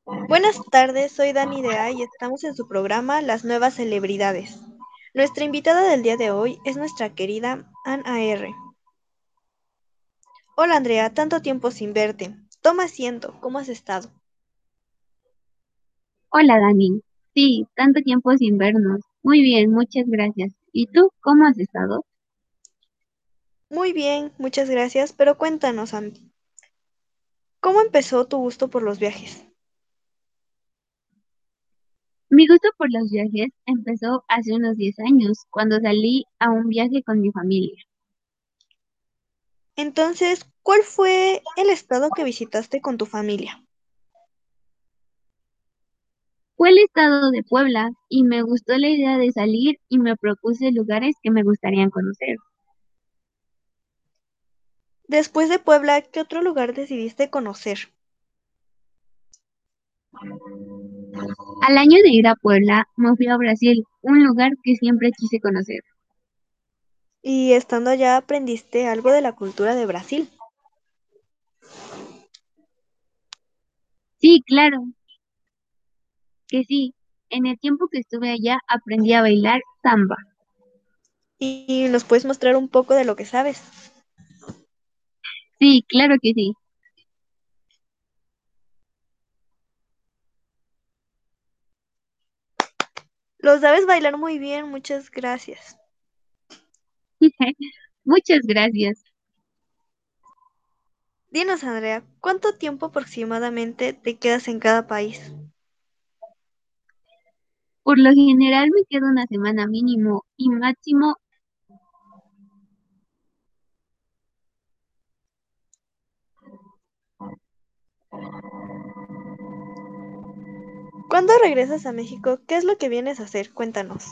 Buenas tardes, soy Dani de A y estamos en su programa Las Nuevas Celebridades. Nuestra invitada del día de hoy es nuestra querida Ana R. Hola Andrea, tanto tiempo sin verte. Toma asiento, ¿cómo has estado? Hola Dani, sí, tanto tiempo sin vernos. Muy bien, muchas gracias. ¿Y tú cómo has estado? Muy bien, muchas gracias, pero cuéntanos, Andy, ¿cómo empezó tu gusto por los viajes? Mi gusto por los viajes empezó hace unos 10 años, cuando salí a un viaje con mi familia. Entonces, ¿cuál fue el estado que visitaste con tu familia? Fue el estado de Puebla y me gustó la idea de salir y me propuse lugares que me gustarían conocer. Después de Puebla, ¿qué otro lugar decidiste conocer? Al año de ir a Puebla, me fui a Brasil, un lugar que siempre quise conocer. Y estando allá, ¿aprendiste algo de la cultura de Brasil? Sí, claro que sí. En el tiempo que estuve allá aprendí a bailar samba. ¿Y nos puedes mostrar un poco de lo que sabes? Sí, claro que sí. Lo sabes bailar muy bien, muchas gracias. Muchas gracias. Dinos, Andrea, ¿cuánto tiempo aproximadamente te quedas en cada país? Por lo general me quedo una semana mínimo y máximo. ¿Cuándo regresas a México? ¿Qué es lo que vienes a hacer? Cuéntanos.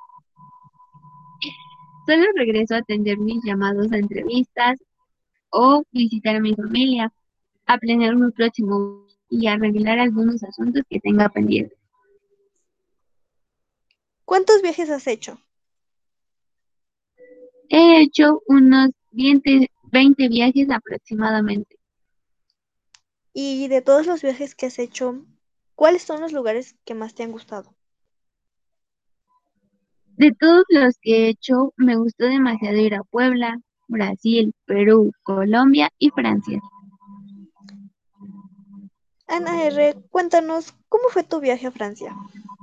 Solo regreso a atender mis llamados a entrevistas o visitar a mi familia, a planear mi próximo y arreglar algunos asuntos que tenga pendientes. ¿Cuántos viajes has hecho? He hecho unos 20 viajes aproximadamente. Y de todos los viajes que has hecho, ¿cuáles son los lugares que más te han gustado? De todos los que he hecho, me gustó demasiado ir a Puebla, Brasil, Perú, Colombia y Francia. Ana R., cuéntanos, ¿cómo fue tu viaje a Francia?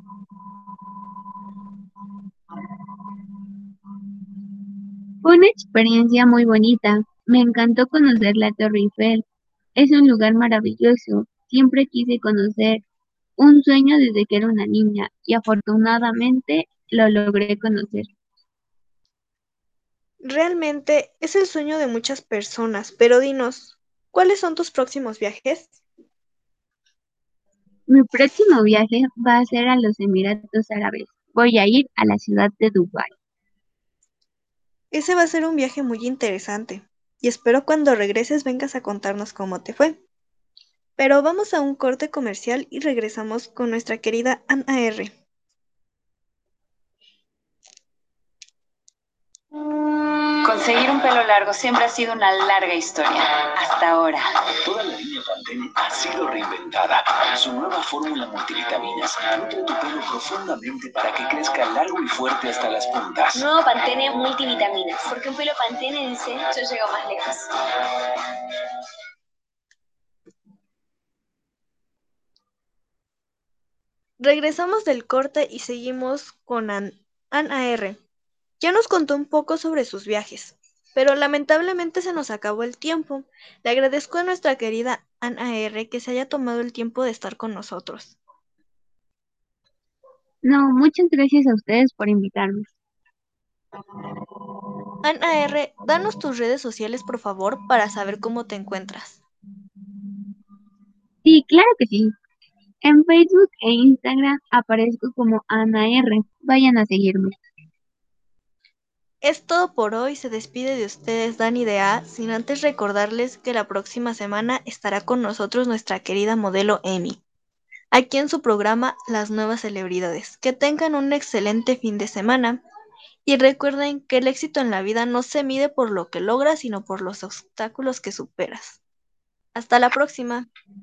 Fue una experiencia muy bonita. Me encantó conocer la Torre Eiffel. Es un lugar maravilloso. Siempre quise conocer, un sueño desde que era una niña y afortunadamente lo logré conocer. Realmente es el sueño de muchas personas, pero dinos, ¿cuáles son tus próximos viajes? Mi próximo viaje va a ser a los Emiratos Árabes. Voy a ir a la ciudad de Dubái. Ese va a ser un viaje muy interesante, y espero cuando regreses vengas a contarnos cómo te fue. Pero vamos a un corte comercial y regresamos con nuestra querida Ana R. Conseguir un pelo largo siempre ha sido una larga historia. Hasta ahora. Toda la línea Pantene ha sido reinventada. Su nueva fórmula multivitaminas nutre tu pelo profundamente para que crezca largo y fuerte hasta las puntas. Nuevo Pantene multivitaminas. Porque un pelo Pantene dice, yo llego más lejos. Regresamos del corte y seguimos con Ana R. Ya nos contó un poco sobre sus viajes, pero lamentablemente se nos acabó el tiempo. Le agradezco a nuestra querida Ana R. que se haya tomado el tiempo de estar con nosotros. No, muchas gracias a ustedes por invitarme. Ana R., danos tus redes sociales por favor para saber cómo te encuentras. Sí, claro que sí. En Facebook e Instagram aparezco como Ana R. Vayan a seguirme. Es todo por hoy, se despide de ustedes Dani de A, sin antes recordarles que la próxima semana estará con nosotros nuestra querida modelo Emi, aquí en su programa Las Nuevas Celebridades. Que tengan un excelente fin de semana y recuerden que el éxito en la vida no se mide por lo que logras, sino por los obstáculos que superas. Hasta la próxima.